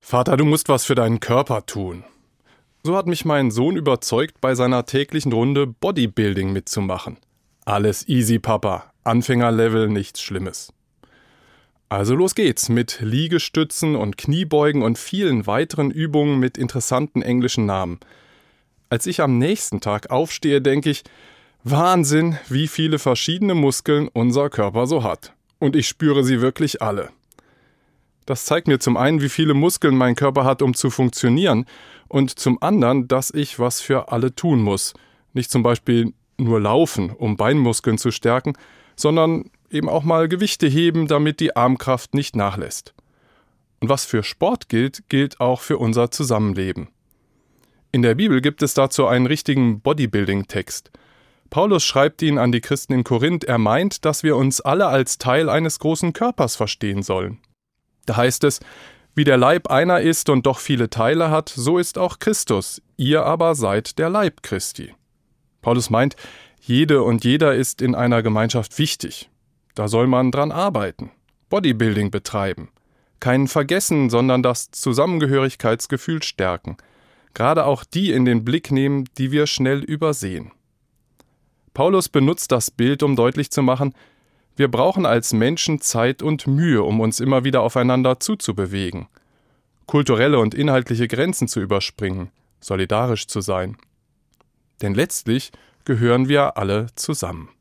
Vater, du musst was für deinen Körper tun. So hat mich mein Sohn überzeugt, bei seiner täglichen Runde Bodybuilding mitzumachen. Alles easy, Papa. Anfängerlevel, nichts Schlimmes. Also los geht's mit Liegestützen und Kniebeugen und vielen weiteren Übungen mit interessanten englischen Namen. Als ich am nächsten Tag aufstehe, denke ich, Wahnsinn, wie viele verschiedene Muskeln unser Körper so hat. Und ich spüre sie wirklich alle. Das zeigt mir zum einen, wie viele Muskeln mein Körper hat, um zu funktionieren, und zum anderen, dass ich was für alle tun muss. Nicht zum Beispiel nur laufen, um Beinmuskeln zu stärken, sondern eben auch mal Gewichte heben, damit die Armkraft nicht nachlässt. Und was für Sport gilt, gilt auch für unser Zusammenleben. In der Bibel gibt es dazu einen richtigen Bodybuilding-Text. Paulus schreibt ihn an die Christen in Korinth. Er meint, dass wir uns alle als Teil eines großen Körpers verstehen sollen. Da heißt es, wie der Leib einer ist und doch viele Teile hat, so ist auch Christus, ihr aber seid der Leib Christi. Paulus meint, jede und jeder ist in einer Gemeinschaft wichtig. Da soll man dran arbeiten, Bodybuilding betreiben. Keinen vergessen, sondern das Zusammengehörigkeitsgefühl stärken. Gerade auch die in den Blick nehmen, die wir schnell übersehen. Paulus benutzt das Bild, um deutlich zu machen, wir brauchen als Menschen Zeit und Mühe, um uns immer wieder aufeinander zuzubewegen, kulturelle und inhaltliche Grenzen zu überspringen, solidarisch zu sein. Denn letztlich gehören wir alle zusammen.